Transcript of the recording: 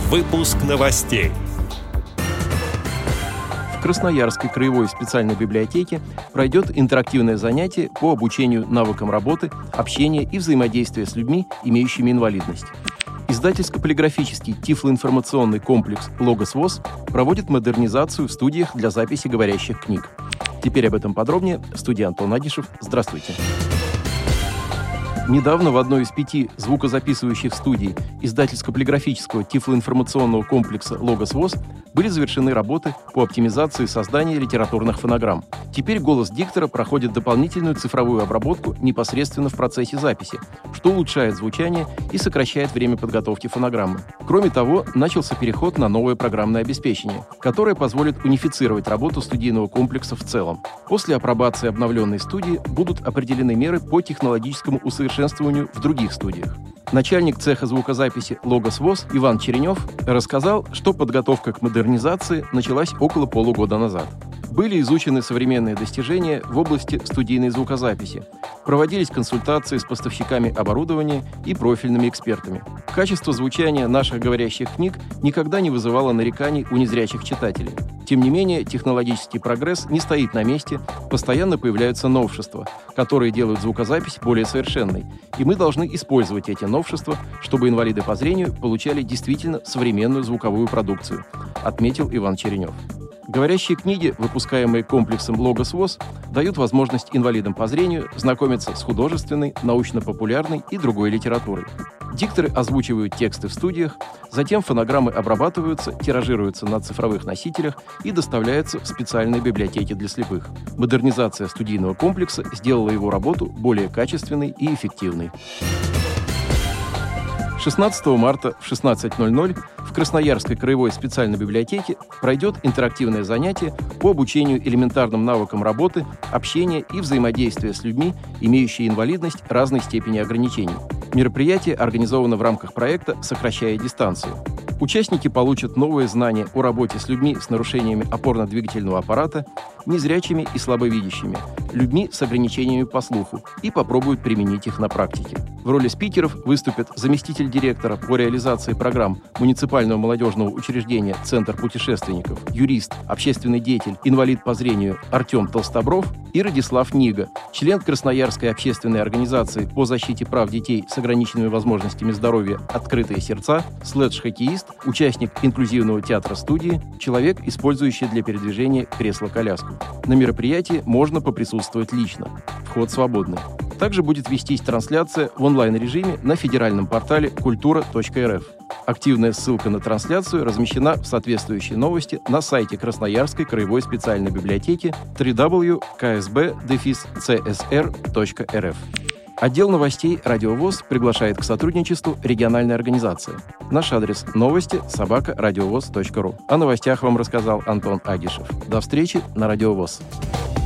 Выпуск новостей. В Красноярской краевой специальной библиотеке пройдет интерактивное занятие по обучению навыкам работы, общения и взаимодействия с людьми, имеющими инвалидность. Издательско-полиграфический тифлоинформационный комплекс «Логос ВОС» проводит модернизацию в студиях для записи говорящих книг. Теперь об этом подробнее. В студии Антон Агишев. Здравствуйте. Недавно в одной из 5 звукозаписывающих студий издательско-полиграфического тифлоинформационного комплекса «Логос ВОС» были завершены работы по оптимизации создания литературных фонограмм. Теперь голос диктора проходит дополнительную цифровую обработку непосредственно в процессе записи, что улучшает звучание и сокращает время подготовки фонограммы. Кроме того, начался переход на новое программное обеспечение, которое позволит унифицировать работу студийного комплекса в целом. После апробации обновленной студии будут определены меры по технологическому усовершенствованию в других студиях. Начальник цеха звукозаписи «Логос ВОС» Иван Черенев рассказал, что подготовка к модернизации началась около полугода назад. Были изучены современные достижения в области студийной звукозаписи, проводились консультации с поставщиками оборудования и профильными экспертами. Качество звучания наших говорящих книг никогда не вызывало нареканий у незрячих читателей. Тем не менее, технологический прогресс не стоит на месте, постоянно появляются новшества, которые делают звукозапись более совершенной, и мы должны использовать эти новшества, чтобы инвалиды по зрению получали действительно современную звуковую продукцию, отметил Иван Черенев. Говорящие книги, выпускаемые комплексом «Логос ВОС», дают возможность инвалидам по зрению знакомиться с художественной, научно-популярной и другой литературой. Дикторы озвучивают тексты в студиях, затем фонограммы обрабатываются, тиражируются на цифровых носителях и доставляются в специальные библиотеки для слепых. Модернизация студийного комплекса сделала его работу более качественной и эффективной. 16 марта в 16:00 в Красноярской краевой специальной библиотеке пройдет интерактивное занятие по обучению элементарным навыкам работы, общения и взаимодействия с людьми, имеющими инвалидность разной степени ограничений. Мероприятие организовано в рамках проекта «Сокращая дистанцию». Участники получат новые знания о работе с людьми с нарушениями опорно-двигательного аппарата, незрячими и слабовидящими, людьми с ограничениями по слуху и попробуют применить их на практике. В роли спикеров выступят заместитель директора по реализации программ муниципального молодежного учреждения «Центр путешественников», юрист, общественный деятель, инвалид по зрению Артем Толстобров и Радислав Нига, член Красноярской общественной организации по защите прав детей с ограниченными возможностями здоровья «Открытые сердца», слэдж-хоккеист, участник инклюзивного театра-студии, человек, использующий для передвижения кресло-коляску. На мероприятии можно поприсутствовать лично. Вход свободный. Также будет вестись трансляция в онлайн-режиме на федеральном портале kultura.rf. Активная ссылка на трансляцию размещена в соответствующей новости на сайте Красноярской краевой специальной библиотеки www.ksb-csr.rf. Отдел новостей «Радио ВОС» приглашает к сотрудничеству региональной организации. Наш адрес – новости@радиовоз.ру. О новостях вам рассказал Антон Агишев. До встречи на «Радио ВОС».